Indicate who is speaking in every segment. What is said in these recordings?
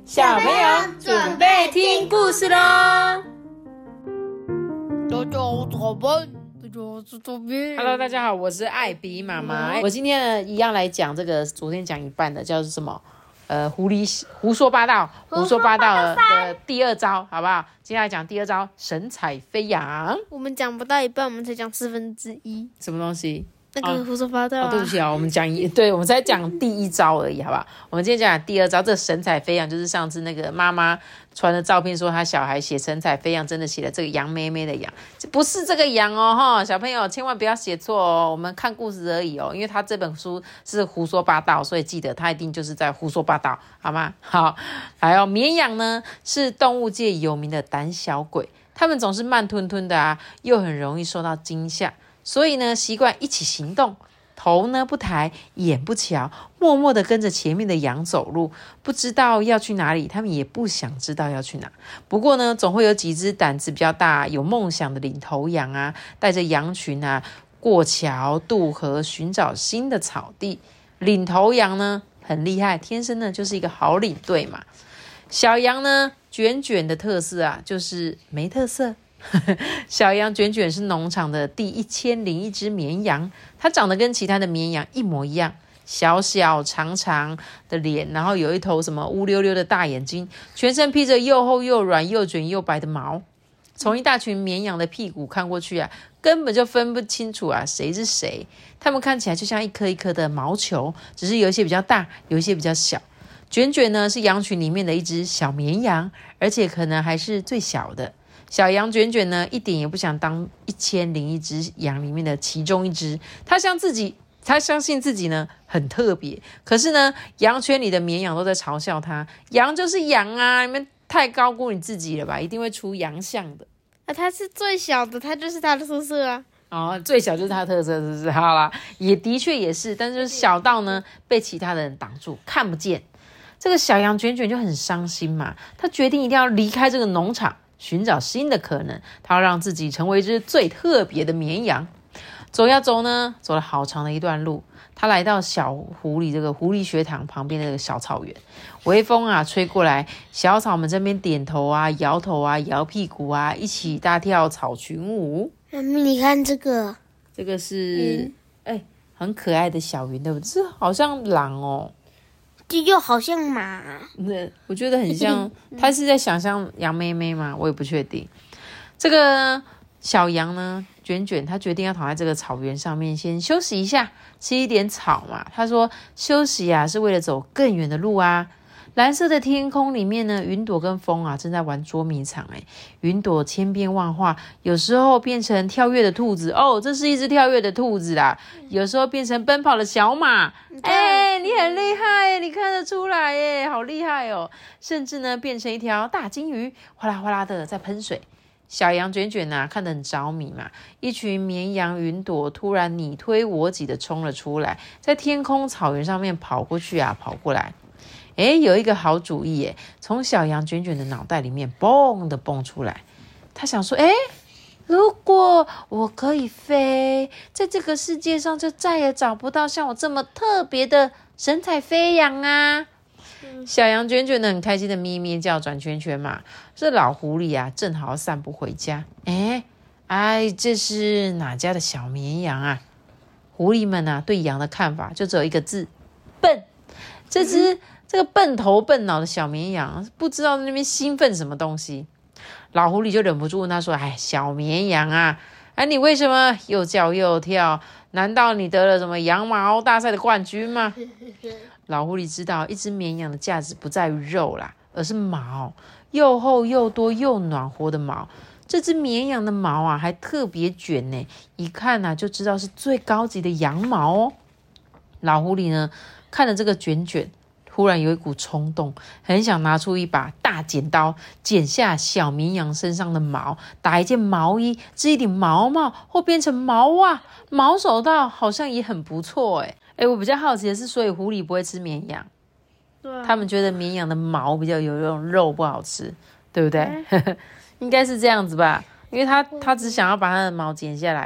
Speaker 1: 小朋友准备听故事咯。Hello， 大家好，我是艾比妈妈。我今天呢一样来讲这个昨天讲一半的，叫做什么？胡说八道的第二招，好不好？接下来讲第二招，神采飞扬。
Speaker 2: 我们讲不到一半，我们才讲1/4。
Speaker 1: 什么东西？
Speaker 2: 那个胡说八道
Speaker 1: 对不起啊，我们才讲第一招而已，好不好？我们今天讲第二招，这神采飞扬就是上次那个妈妈传的照片，说她小孩写神采飞扬，真的写了这个杨妹妹的杨，不是这个杨哦，哈，小朋友千万不要写错哦。我们看故事而已哦，因为他这本书是胡说八道，所以记得他一定就是在胡说八道，好吗？好，还有绵羊呢，是动物界有名的胆小鬼，他们总是慢吞吞的啊，又很容易受到惊吓。所以呢，习惯一起行动，头呢不抬，眼不瞧，默默的跟着前面的羊走路，不知道要去哪里，他们也不想知道要去哪。不过呢，总会有几只胆子比较大、有梦想的领头羊啊，带着羊群啊，过桥、渡河，寻找新的草地。领头羊呢很厉害，天生呢就是一个好领队嘛。小羊呢，卷卷的特色啊，就是没特色。小羊卷卷是农场的第1001只绵羊，它长得跟其他的绵羊一模一样，小小长长的脸，然后有一头什么乌溜溜的大眼睛，全身披着又厚又软又卷又白的毛。从一大群绵羊的屁股看过去啊，根本就分不清楚啊谁是谁。它们看起来就像一颗一颗的毛球，只是有一些比较大，有一些比较小。卷卷呢是羊群里面的一只小绵羊，而且可能还是最小的。小羊卷卷呢，一点也不想当1001只羊里面的其中一只，他相信自己呢很特别。可是呢，羊圈里的绵羊都在嘲笑他，羊就是羊啊，你们太高估你自己了吧，一定会出洋相的。
Speaker 2: 他是最小的，他就是他的特色啊。
Speaker 1: 哦，最小就是他的特色，是不是？好啦，也的确也是，但是就是小到呢被其他的人挡住，看不见。这个小羊卷卷就很伤心嘛，他决定一定要离开这个农场。寻找新的可能，他要让自己成为一只最特别的绵羊。走呀走呢，走了好长的一段路，他来到小狐狸这个狐狸学堂旁边的这个小草原。微风啊吹过来，小草们这边点头啊、摇头啊、摇屁股啊，一起大跳草裙舞。
Speaker 2: 妈咪，你看这个
Speaker 1: 是很可爱的小云，对不对？这好像狼哦。
Speaker 2: 这又好像马，
Speaker 1: 我觉得很像，他是在想象羊妹妹吗？我也不确定。这个小羊呢，卷卷，他决定要躺在这个草原上面先休息一下，吃一点草嘛。他说休息啊，是为了走更远的路啊。蓝色的天空里面呢，云朵跟风啊正在玩捉迷藏。云朵千变万化，有时候变成跳跃的兔子哦，这是一只跳跃的兔子啦。有时候变成奔跑的小马，你很厉害，你看得出来耶，好厉害哦。甚至呢，变成一条大金鱼，哗啦哗啦的在喷水。小羊卷卷啊，看得很着迷嘛。一群绵羊云朵突然你推我挤的冲了出来，在天空草原上面跑过去啊，跑过来。有一个好主意耶，从小羊卷卷的脑袋里面蹦的蹦出来。他想说，如果我可以飞，在这个世界上就再也找不到像我这么特别的神采飞扬啊。小羊卷卷呢很开心的咩咩叫转圈圈嘛。这老狐狸啊正好散步回家。这是哪家的小绵羊啊？狐狸们啊对羊的看法就只有一个字，笨。这个笨头笨脑的小绵羊不知道在那边兴奋什么东西。老狐狸就忍不住问他说，小绵羊啊，你为什么又叫又跳？难道你得了什么羊毛大赛的冠军吗？老狐狸知道一只绵羊的价值不在于肉啦，而是毛，又厚又多又暖和的毛。这只绵羊的毛啊还特别卷呢，一看啊就知道是最高级的羊毛哦。老狐狸呢看了这个卷卷，突然有一股冲动，很想拿出一把大剪刀，剪下小绵羊身上的毛，打一件毛衣，织一顶毛帽，或编成毛袜、毛手套，好像也很不错。我比较好奇的是，所以狐狸不会吃绵羊，他们觉得绵羊的毛比较有用，肉不好吃，对不对？应该是这样子吧，因为他只想要把它的毛剪下来啊。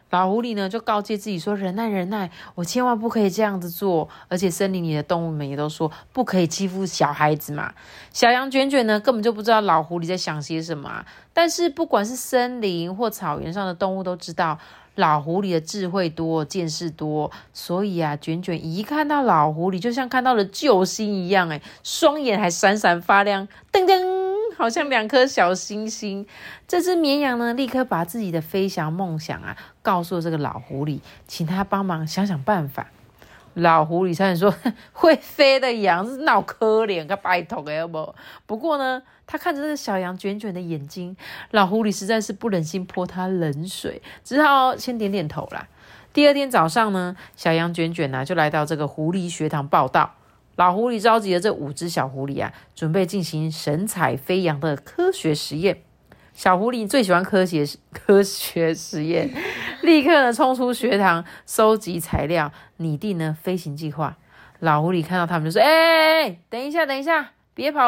Speaker 1: 老狐狸呢就告诫自己说，忍耐忍耐，我千万不可以这样子做，而且森林里的动物们也都说不可以欺负小孩子嘛。小羊卷卷呢根本就不知道老狐狸在想些什么啊，但是不管是森林或草原上的动物都知道老狐狸的智慧多，见识多，所以啊，卷卷一看到老狐狸就像看到了救星一样，双眼还闪闪发亮，噔噔，好像2颗小星星。这只绵羊呢，立刻把自己的飞翔梦想啊，告诉了这个老狐狸，请他帮忙想想办法。老狐狸差点说，会飞的羊是闹可怜，个拜托有没有？不过呢，他看着这个小羊卷卷的眼睛，老狐狸实在是不忍心泼他冷水，只好先点点头啦。第二天早上呢，小羊卷卷就来到这个狐狸学堂报道。老狐狸召集了这5只小狐狸准备进行神采飞扬的科学实验。小狐狸最喜欢科学实验，立刻呢冲出学堂，收集材料，拟定呢飞行计划。老狐狸看到他们就说：“等一下，别跑！”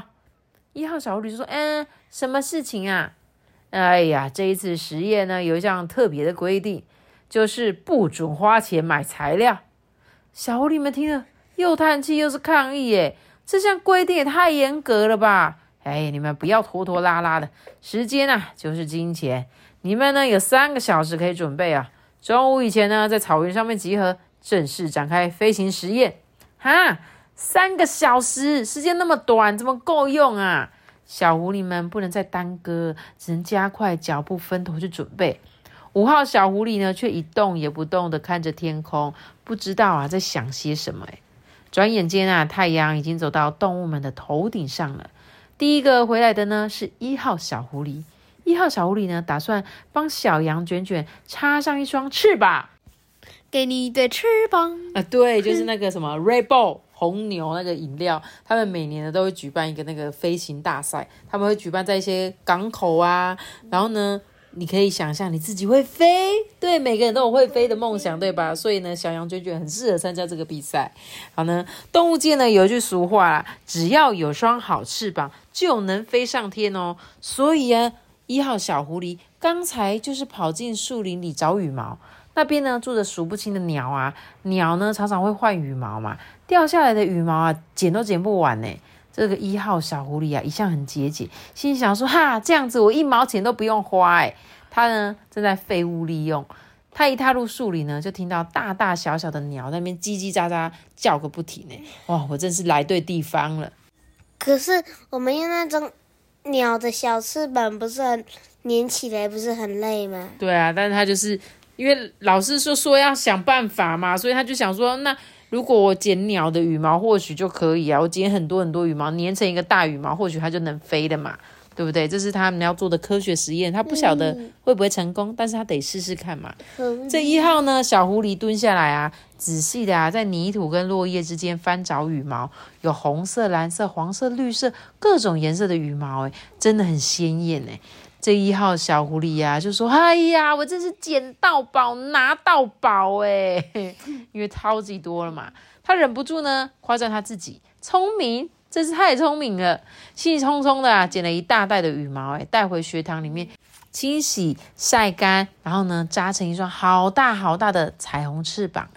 Speaker 1: 1号小狐狸就说：“什么事情啊？”哎呀，这一次实验呢有一项特别的规定，就是不准花钱买材料。小狐狸们听了，又叹气又是抗议，这项规定也太严格了吧！你们不要拖拖拉拉的，时间就是金钱。你们呢有3个小时可以准备啊。中午以前呢，在草原上面集合，正式展开飞行实验。3个小时，时间那么短，怎么够用啊？小狐狸们不能再耽搁，只能加快脚步，分头去准备。5号小狐狸呢，却一动也不动的看着天空，不知道在想些什么。转眼间太阳已经走到动物们的头顶上了。第一个回来的呢是1号小狐狸。1号小狐狸呢，打算帮小羊卷卷插上一双翅膀，
Speaker 2: 给你一对翅膀
Speaker 1: 对，就是那个什么 Red Bull 红牛那个饮料，他们每年呢都会举办一个那个飞行大赛，他们会举办在一些港口然后呢，你可以想象你自己会飞，对，每个人都有会飞的梦想，对吧？所以呢，小羊卷卷很适合参加这个比赛。好呢，动物界呢有一句俗话只要有双好翅膀，就能飞上天哦。所以1号小狐狸刚才就是跑进树林里找羽毛，那边呢住着数不清的鸟鸟呢常常会换羽毛嘛，掉下来的羽毛捡都捡不完呢。这个1号小狐狸一向很节俭，心想说这样子我1毛钱都不用花他呢正在废物利用。他一踏入树林呢，就听到大大小小的鸟在那边叽叽喳喳叫个不停哇，我真是来对地方了。
Speaker 2: 可是我们用那种鸟的小翅膀，不是很粘起来，不是很累吗？
Speaker 1: 对啊，但是他就是因为老师说要想办法嘛，所以他就想说，那如果我剪鸟的羽毛，或许就可以我剪很多很多羽毛，粘成一个大羽毛，或许它就能飞的嘛，对不对？这是他们要做的科学实验，他不晓得会不会成功，但是他得试试看嘛。这1号呢，小狐狸蹲下来仔细的在泥土跟落叶之间翻找羽毛，有红色、蓝色、黄色、绿色各种颜色的羽毛真的很鲜艳这1号小狐狸就说：“哎呀，我真是捡到宝，拿到宝因为超级多了嘛。”他忍不住呢夸赞他自己聪明，真是太聪明了，兴冲冲的捡了一大袋的羽毛带回学堂里面清洗晒干，然后呢扎成一双好大好大的彩虹翅膀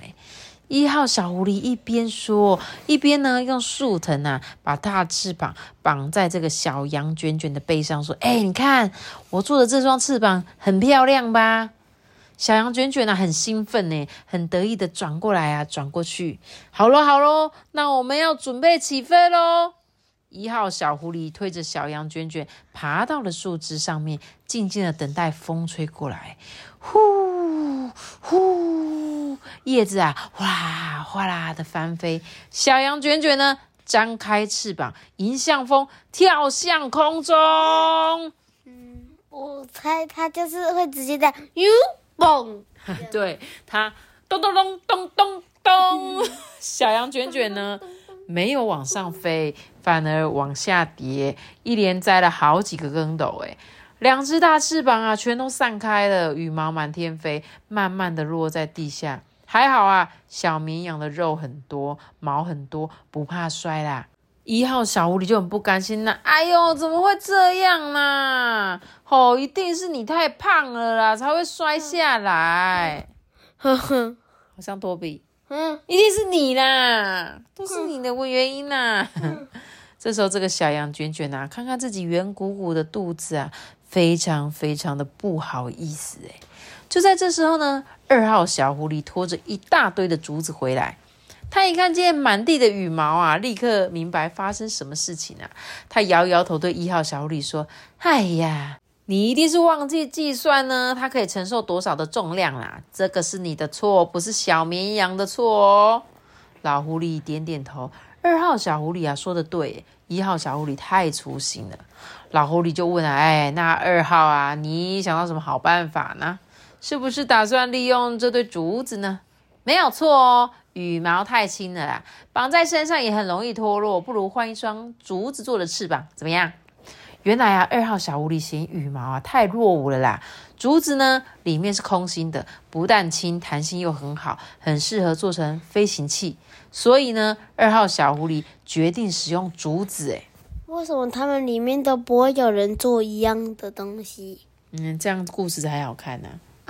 Speaker 1: 1号小狐狸一边说，一边呢用树藤把它的翅膀绑在这个小羊卷卷的背上，说：“你看我做的这双翅膀很漂亮吧？”小羊卷卷很兴奋很得意的转过来转过去。好咯，那我们要准备起飞咯。1号小狐狸推着小羊卷卷爬到了树枝上面，静静的等待风吹过来。呼呼，叶子哗啦哗啦的翻飞，小羊卷卷呢张开翅膀，迎向风，跳向空中。
Speaker 2: 我猜它就是会直接在蹦
Speaker 1: 对，它咚咚咚咚咚咚，小羊卷卷呢没有往上飞，反而往下跌，一连栽了好几个跟斗2只大翅膀全都散开了，羽毛满天飞，慢慢的落在地下。还好小绵羊的肉很多，毛很多，不怕摔啦。 1号小狐狸就很不甘心啦，哎呦，怎么会这样呢？一定是你太胖了啦，才会摔下来。
Speaker 2: 呵呵，
Speaker 1: 好像多比，一定是你啦，都是你的原因啦。这时候这个小羊卷卷啊，看看自己圆鼓鼓的肚子啊，非常非常的不好意思哎。就在这时候呢，2号小狐狸拖着一大堆的竹子回来。他一看见满地的羽毛啊，立刻明白发生什么事情啊。他摇摇头对1号小狐狸说：“哎呀，你一定是忘记计算呢，它可以承受多少的重量啦。这个是你的错，不是小绵羊的错哦。”老狐狸点点头。2号小狐狸啊说的对，1号小狐狸太粗心了。老狐狸就问啊，那2号啊，你想到什么好办法呢？是不是打算利用这堆竹子呢？没有错哦，羽毛太轻了啦，绑在身上也很容易脱落，不如换一双竹子做的翅膀，怎么样？原来啊，2号小狐狸嫌羽毛啊太落伍了啦。竹子呢，里面是空心的，不但轻，弹性又很好，很适合做成飞行器。所以呢，2号小狐狸决定使用竹子。
Speaker 2: 为什么他们里面都不会有人做一样的东西？
Speaker 1: 这样故事才好看呢。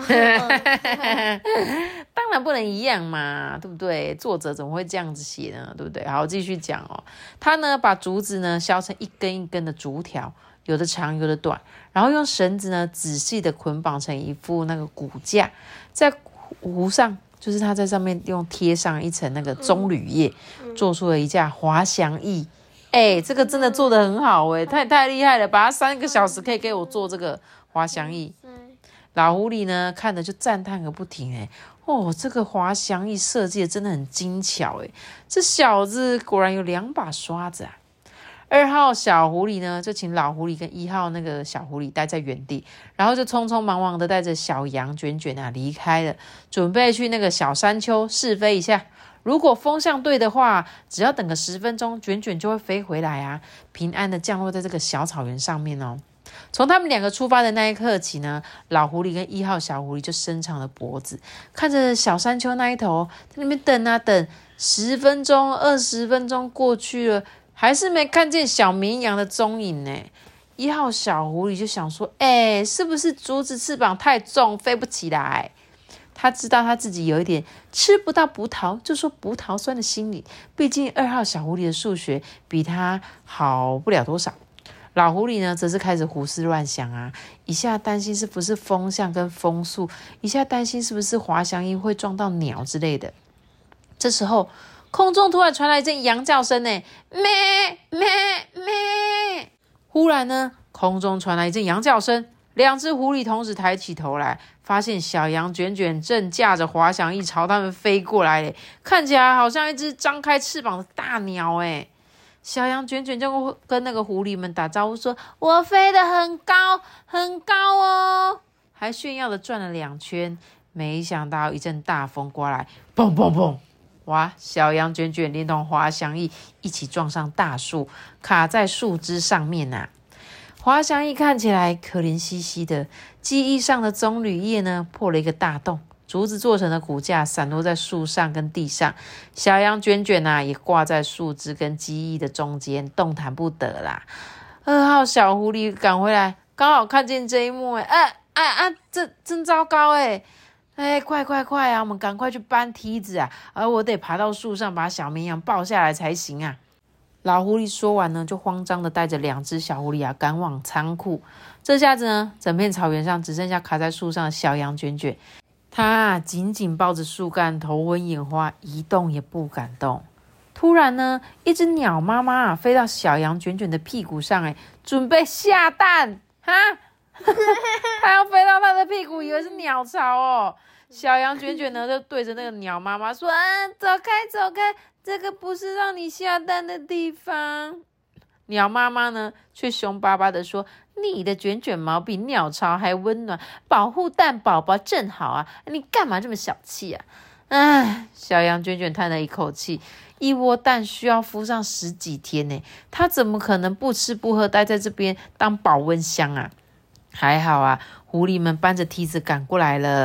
Speaker 1: 当然不能一样嘛，对不对？作者怎么会这样子写呢？对不对？好，继续讲哦。他呢把竹子呢削成一根一根的竹条，有的长有的短，然后用绳子呢仔细的捆绑成一副那个骨架，在壶上，就是他在上面用贴上一层那个棕榈叶，做出了一架滑翔翼。这个真的做得很好太厉害了，把它3个小时可以给我做这个滑翔翼。老狐狸呢看着就赞叹个不停这个滑翔翼设计的真的很精巧这小子果然有2把刷子啊。2号小狐狸呢就请老狐狸跟1号那个小狐狸待在原地，然后就匆匆忙忙的带着小羊卷卷啊离开了，准备去那个小山丘试飞一下。如果风向对的话，只要等个10分钟，卷卷就会飞回来啊，平安的降落在这个小草原上面哦。从他们2个出发的那一刻起呢，老狐狸跟1号小狐狸就伸长了脖子，看着小山丘那一头，在那边等啊等，10分钟、20分钟过去了，还是没看见小绵羊的踪影呢。1号小狐狸就想说，是不是竹子翅膀太重，飞不起来？他知道他自己有一点吃不到葡萄就说葡萄酸的心理，毕竟2号小狐狸的数学比他好不了多少。老狐狸呢则是开始胡思乱想啊，一下担心是不是风向跟风速，一下担心是不是滑翔翼会撞到鸟之类的。这时候空中突然传来一阵羊叫声咩咩咩。忽然呢空中传来一阵羊叫声，2只狐狸同时抬起头来，发现小羊卷卷正驾着滑翔翼朝他们飞过来，看起来好像一只张开翅膀的大鸟。小羊卷卷就跟那个狐狸们打招呼说，我飞得很高很高哦，还炫耀的转了2圈。没想到一阵大风刮来，砰砰砰，哇，小羊卷卷连同滑翔翼一起撞上大树，卡在树枝上面啊。滑翔翼看起来可怜兮兮的，机翼上的棕榈叶呢破了一个大洞，竹子做成的骨架散落在树上跟地上，小羊卷卷啊也挂在树枝跟机翼的中间，动弹不得啦。2号小狐狸赶回来，刚好看见这一幕，这真糟糕快啊，我们赶快去搬梯子啊，我得爬到树上把小绵羊抱下来才行啊。老狐狸说完呢，就慌张的带着2只小狐狸啊赶往仓库。这下子呢，整片草原上只剩下卡在树上的小羊卷卷，它紧紧抱着树干，头昏眼花，一动也不敢动。突然呢，一只鸟妈妈飞到小羊卷卷的屁股上，准备下蛋哈，它要飞到它的屁股，以为是鸟巢哦。小羊卷卷呢，就对着那个鸟妈妈说：“走开，走开，这个不是让你下蛋的地方。”鸟妈妈呢，却凶巴巴的说：“你的卷卷毛比鸟巢还温暖，保护蛋宝宝正好啊！你干嘛这么小气啊？”小羊卷卷叹了一口气，一窝蛋需要孵上10几天呢，它怎么可能不吃不喝待在这边当保温箱啊？还好啊，狐狸们搬着梯子赶过来了。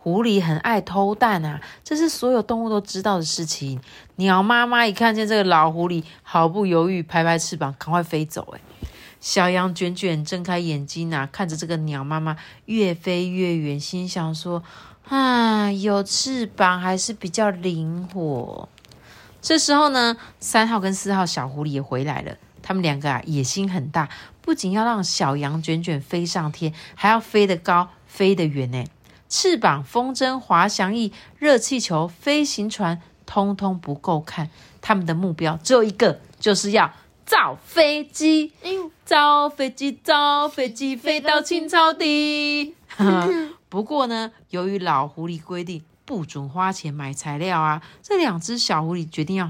Speaker 1: 狐狸很爱偷蛋啊，这是所有动物都知道的事情。鸟妈妈一看见这个老狐狸，毫不犹豫拍拍翅膀，赶快飞走。小羊卷卷睁开眼睛啊，看着这个鸟妈妈越飞越远，心想说：有翅膀还是比较灵活。这时候呢，3号跟4号小狐狸也回来了。他们两个野心很大，不仅要让小羊卷卷飞上天，还要飞得高飞得远。翅膀、风筝、滑翔翼、热气球、飞行船通通不够看，他们的目标只有一个，就是要造飞机。造飞机，造飞机，飞到青草地。不过呢，由于老狐狸规定不准花钱买材料啊，这2只小狐狸决定要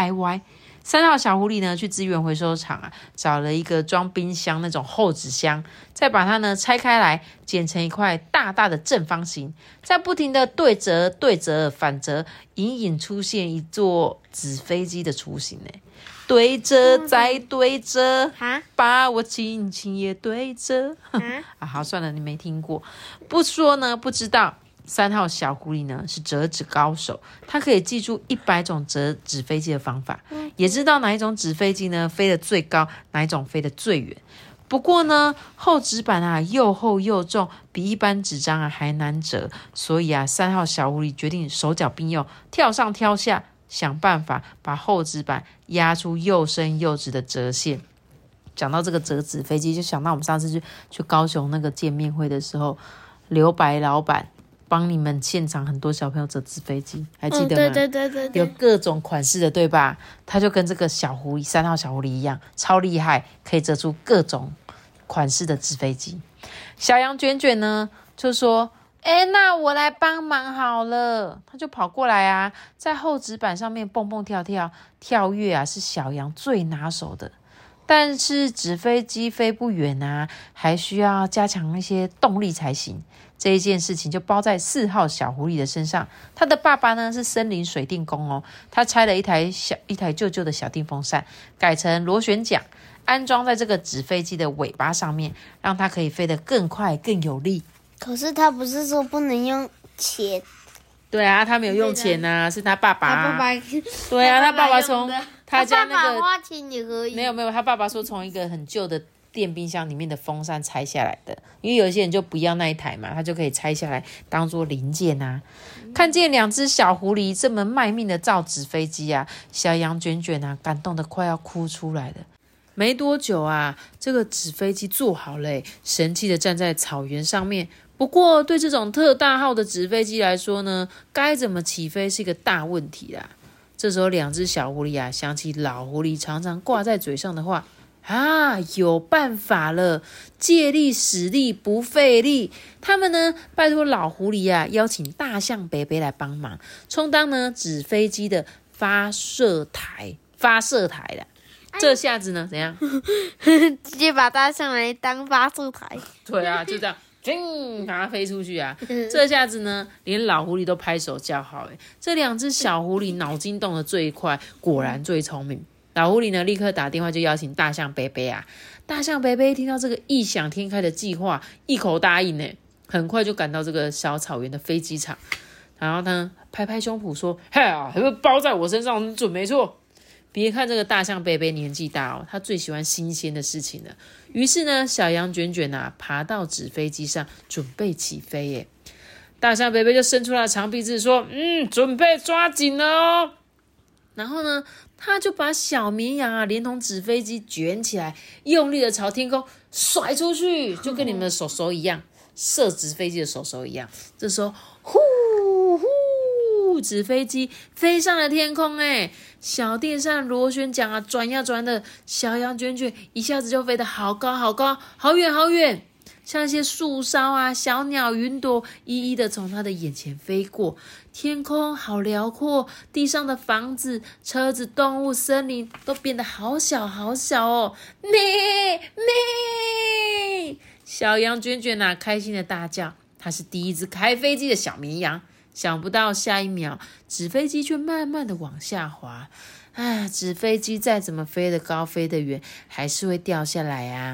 Speaker 1: DIY。3号小狐狸呢，去资源回收厂找了一个装冰箱那种厚纸箱，再把它呢拆开来，剪成一块大大的正方形，再不停的对折、对折、反折，隐隐出现一座纸飞机的雏形。对折再对折，把我轻轻也对折。好，算了，你没听过，不说呢不知道。3号小狐狸呢是折纸高手，他可以记住100种折纸飞机的方法，也知道哪一种纸飞机呢飞得最高，哪一种飞得最远。不过呢，厚纸板又厚又重，比一般纸张还难折，所以3号小狐狸决定手脚并用，跳上跳下，想办法把厚纸板压出又深又直的折线。讲到这个折纸飞机，就想到我们上次去高雄那个见面会的时候，刘白老板帮你们现场很多小朋友折纸飞机，还记得吗？对，有各种款式的，对吧？他就跟这个小狐狸3号小狐狸一样，超厉害，可以折出各种款式的纸飞机。小羊卷卷呢就说：那我来帮忙好了。他就跑过来在厚纸板上面蹦蹦跳跳，跳跃是小羊最拿手的。但是纸飞机飞不远还需要加强一些动力才行。这一件事情就包在4号小狐狸的身上。他的爸爸呢是森林水电工他拆了一台旧旧的小电风扇，改成螺旋桨，安装在这个纸飞机的尾巴上面，让它可以飞得更快更有力。
Speaker 2: 可是他不是说不能用钱？
Speaker 1: 对他没有用钱是他爸爸。对他爸爸从他家那个
Speaker 2: 花钱也可以。
Speaker 1: 没有，他爸爸说从一个很旧的电冰箱里面的风扇拆下来的，因为有些人就不要那一台嘛，他就可以拆下来当做零件看见2只小狐狸这么卖命的造纸飞机小羊卷卷感动得快要哭出来了。没多久这个纸飞机做好了神气的站在草原上面。不过对这种特大号的纸飞机来说呢，该怎么起飞是一个大问题啦。这时候2只小狐狸想起老狐狸常常挂在嘴上的话，有办法了，借力使力不费力。他们呢拜托老狐狸邀请大象伯伯来帮忙，充当呢纸飞机的发射台啦。这下子呢怎样？
Speaker 2: 直接把大象来当发射台。
Speaker 1: 对就这样把它飞出去这下子呢连老狐狸都拍手叫好这2只小狐狸脑筋动得最快，果然最聪明。老狐狸呢立刻打电话就邀请大象伯伯大象伯伯听到这个异想天开的计划，一口答应很快就赶到这个小草原的飞机场，然后呢拍拍胸脯说：包在我身上准没错。别看这个大象伯伯年纪大他最喜欢新鲜的事情了。于是呢小羊卷卷爬到纸飞机上准备起飞大象伯伯就伸出了长鼻子说：准备抓紧了然后呢他就把小绵羊连同纸飞机卷起来，用力的朝天空甩出去，就跟你们的手手一样，射纸飞机的手手一样。这时候呼呼，纸飞机飞上了天空小电扇螺旋桨转呀转的，小羊卷卷一下子就飞得好高好高，好远好远，像一些树梢小鸟云朵一一的从他的眼前飞过。天空好辽阔，地上的房子、车子、动物、森林都变得好小好小咩咩！小羊卷卷开心的大叫，它是第一只开飞机的小绵羊。想不到下一秒，纸飞机却慢慢的往下滑。纸飞机再怎么飞得高飞得远，还是会掉下来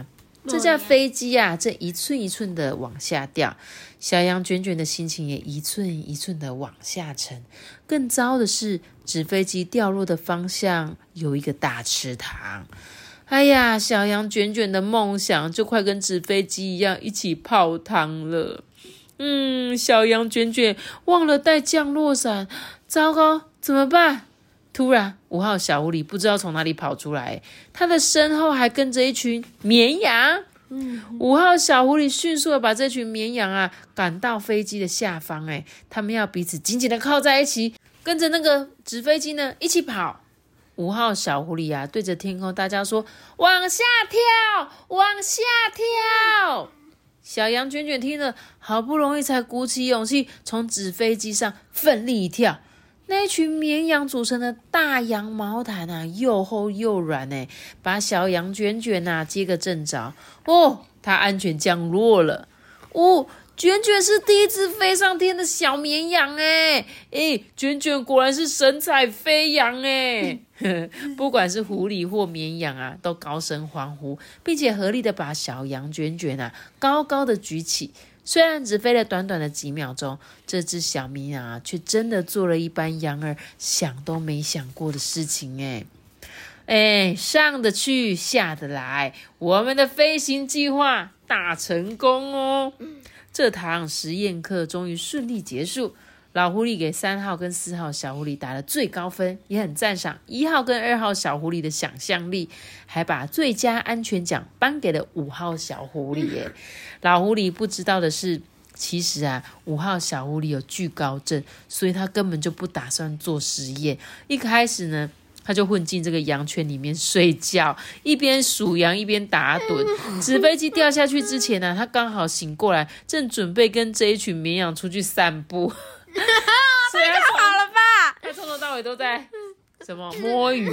Speaker 1: 这架飞机啊，这一寸一寸的往下掉，小羊卷卷的心情也一寸一寸的往下沉。更糟的是，纸飞机掉落的方向有一个大池塘。哎呀，小羊卷卷的梦想就快跟纸飞机一样一起泡汤了。小羊卷卷忘了带降落伞，糟糕，怎么办？突然5号小狐狸不知道从哪里跑出来，他的身后还跟着一群绵羊。5号小狐狸迅速的把这群绵羊啊赶到飞机的下方，他们要彼此紧紧的靠在一起，跟着那个纸飞机呢一起跑。5号小狐狸啊对着天空大叫说：往下跳，往下跳！小羊卷卷听了，好不容易才鼓起勇气从纸飞机上奋力一跳。那一群绵羊组成的大羊毛毯啊，又厚又软，把小羊卷卷啊接个正着。它安全降落了。卷卷是第一只飞上天的小绵羊，卷卷果然是神采飞扬，不管是狐狸或绵羊啊，都高声欢呼，并且合力的把小羊卷卷啊高高的举起。虽然只飞了短短的几秒钟，这只小绵羊啊，却真的做了一般羊儿想都没想过的事情，上得去，下得来，我们的飞行计划大成功哦！这堂实验课终于顺利结束。老狐狸给3号跟4号小狐狸打了最高分，也很赞赏1号跟2号小狐狸的想象力，还把最佳安全奖颁给了5号小狐狸耶。老狐狸不知道的是，其实啊，5号小狐狸有惧高症，所以他根本就不打算做实验。一开始呢，他就混进这个羊圈里面睡觉，一边数羊一边打盹。纸飞机掉下去之前呢，他刚好醒过来，正准备跟这一群绵羊出去散步。
Speaker 2: 太好了吧！
Speaker 1: 他从头到尾都在什么摸鱼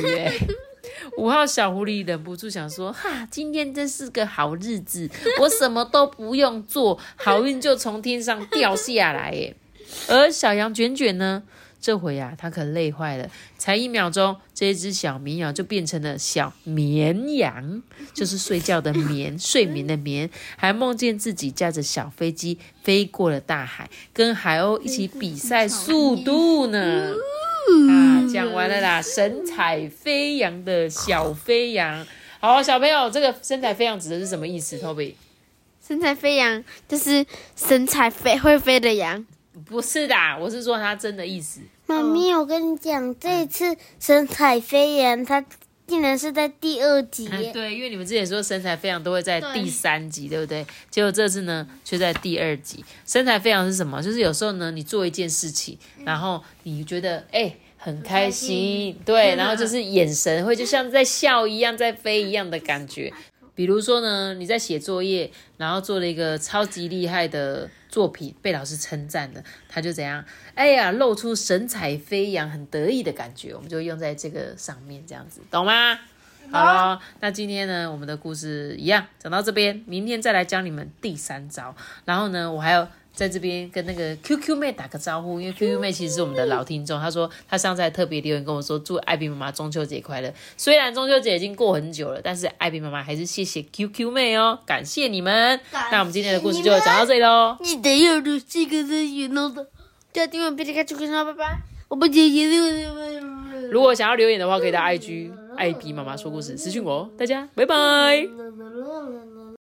Speaker 1: 5号小狐狸忍不住想说：今天真是个好日子，我什么都不用做，好运就从天上掉下来而小羊卷卷呢，这回啊，他可累坏了，才1秒钟，这一只小绵羊就变成了小绵羊，就是睡觉的眠，睡眠的眠，还梦见自己驾着小飞机飞过了大海，跟海鸥一起比赛速度呢。讲完了啦，神采飞扬的小飞羊。好，小朋友，这个神采飞扬指的是什么意思 ，Toby？
Speaker 2: 神采飞扬就是神采会飞的羊。
Speaker 1: 不是的，我是说它真的意思。
Speaker 2: 妈咪，我跟你讲，这一次神采飞扬，它竟然是在第2集
Speaker 1: 对，因为你们之前说神采飞扬都会在第3集， 对不对？结果这次呢，却在第2集。神采飞扬是什么？就是有时候呢，你做一件事情，然后你觉得很开心，对，然后就是眼神会就像在笑一样，在飞一样的感觉。比如说呢，你在写作业，然后做了一个超级厉害的作品，被老师称赞了，他就怎样？露出神采飞扬、很得意的感觉，我们就用在这个上面，这样子，懂吗？好了，那今天呢，我们的故事一样讲到这边，明天再来教你们第3招。然后呢，我还有在这边跟那个 QQ 妹打个招呼，因为 QQ 妹其实是我们的老听众，她说她上次还特别留言跟我说祝艾比妈妈中秋节快乐。虽然中秋节已经过很久了，但是艾比妈妈还是谢谢 QQ 妹哦，感谢你们。那我们今天的故事就讲到这里咯，
Speaker 2: 记得要录这个资讯哦的，叫订阅别的开出拜拜。我不介意。
Speaker 1: 如果想要留言的话，可以到 IG 艾比妈妈说故事私讯我哦，大家拜拜。